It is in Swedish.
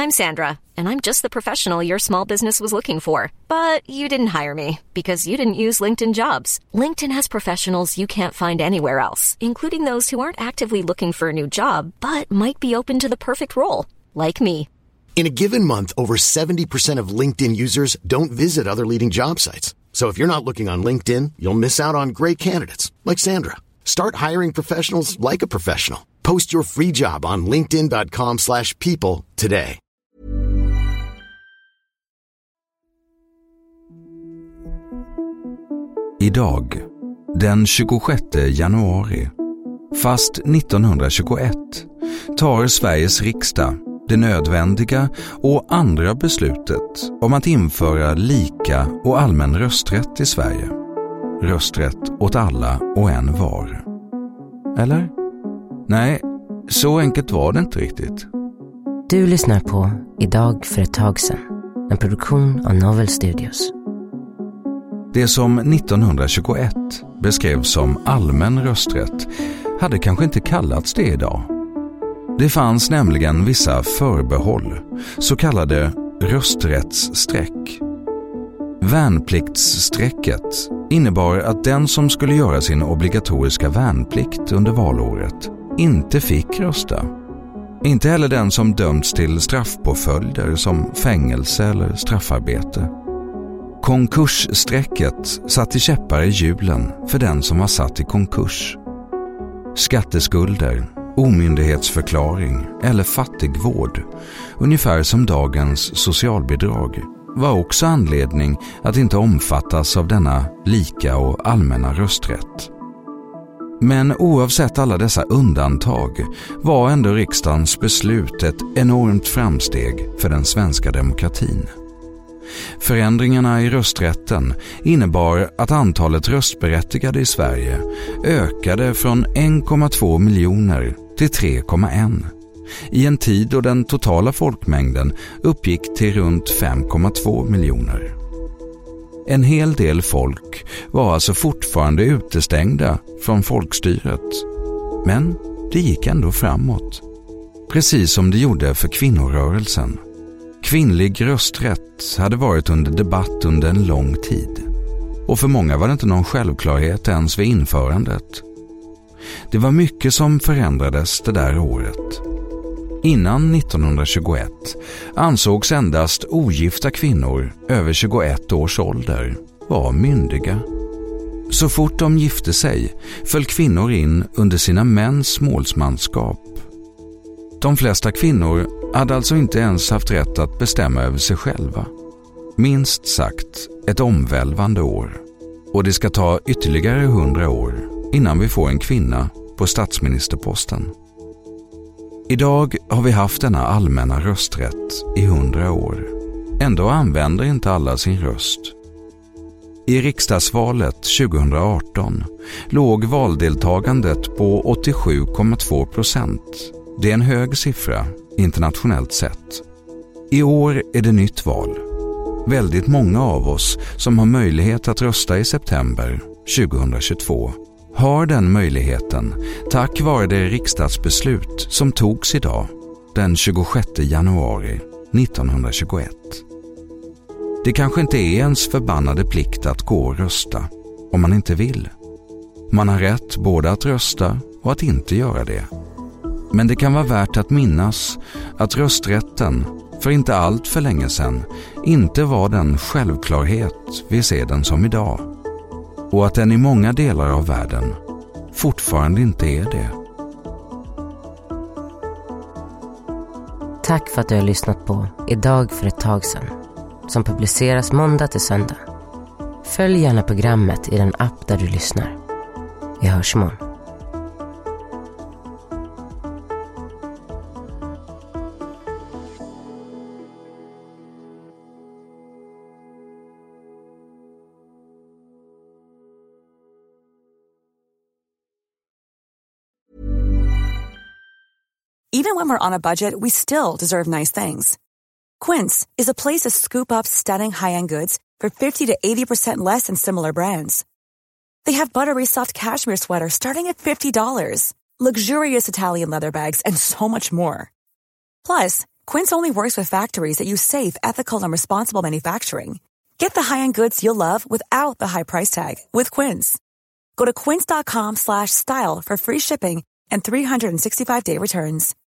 I'm Sandra, and I'm just the professional your small business was looking for. But you didn't hire me because you didn't use LinkedIn Jobs. LinkedIn has professionals you can't find anywhere else, including those who aren't actively looking for a new job, but might be open to the perfect role, like me. In a given month, over 70% of LinkedIn users don't visit other leading job sites. So if you're not looking on LinkedIn, you'll miss out on great candidates like Sandra. Start hiring professionals like a professional. Post your free job on linkedin.com/people today. Idag, den 26 januari, fast 1921, tar Sveriges riksdag det nödvändiga och andra beslutet om att införa lika och allmän rösträtt i Sverige. Rösträtt åt alla och en var. Eller? Nej, så enkelt var det inte riktigt. Du lyssnar på Idag för ett tag sedan, en produktion av Novel Studios. Det som 1921 beskrevs som allmän rösträtt hade kanske inte kallats det idag. Det fanns nämligen vissa förbehåll, så kallade rösträttsstreck. Värnpliktsstrecket innebar att den som skulle göra sin obligatoriska värnplikt under valåret inte fick rösta. Inte heller den som dömts till straffpåföljder som fängelse eller straffarbete. Konkursstrecket satte käppar i hjulen för den som var satt i konkurs. Skatteskulder, omyndighetsförklaring eller fattigvård, ungefär som dagens socialbidrag, var också anledning att inte omfattas av denna lika och allmänna rösträtt. Men oavsett alla dessa undantag var ändå riksdagens beslut ett enormt framsteg för den svenska demokratin. Förändringarna i rösträtten innebar att antalet röstberättigade i Sverige ökade från 1,2 miljoner till 3,1 i en tid då den totala folkmängden uppgick till runt 5,2 miljoner. En hel del folk var alltså fortfarande utestängda från folkstyret, men det gick ändå framåt. Precis som det gjorde för kvinnorörelsen. Kvinnlig rösträtt hade varit under debatt under en lång tid. Och för många var det inte någon självklarhet ens vid införandet. Det var mycket som förändrades det där året. Innan 1921 ansågs endast ogifta kvinnor över 21 års ålder var myndiga. Så fort de gifte sig föll kvinnor in under sina mäns målsmanskap. De flesta kvinnor hade alltså inte ens haft rätt att bestämma över sig själva. Minst sagt ett omvälvande år. Och det ska ta ytterligare 100 år innan vi får en kvinna på statsministerposten. Idag har vi haft denna allmänna rösträtt i 100 år. Ändå använder inte alla sin röst. I riksdagsvalet 2018 låg valdeltagandet på 87,2%. Det är en hög siffra internationellt sett. I år är det nytt val. Väldigt många av oss som har möjlighet att rösta i september 2022 har den möjligheten tack vare det riksdagsbeslut som togs idag, den 26 januari 1921. Det kanske inte är ens förbannade plikt att gå och rösta om man inte vill. Man har rätt både att rösta och att inte göra det. Men det kan vara värt att minnas att rösträtten för inte allt för länge sedan inte var den självklarhet vi ser den som idag. Och att den i många delar av världen fortfarande inte är det. Tack för att du har lyssnat på Idag för ett tag sedan, som publiceras måndag till söndag. Följ gärna programmet i den app där du lyssnar. Vi hörs imorgon. Even when we're on a budget, we still deserve nice things. Quince is a place to scoop up stunning high-end goods for 50 to 80% less than similar brands. They have buttery soft cashmere sweaters starting at $50, luxurious Italian leather bags, and so much more. Plus, Quince only works with factories that use safe, ethical, and responsible manufacturing. Get the high-end goods you'll love without the high price tag with Quince. Go to quince.com/style for free shipping and 365-day returns.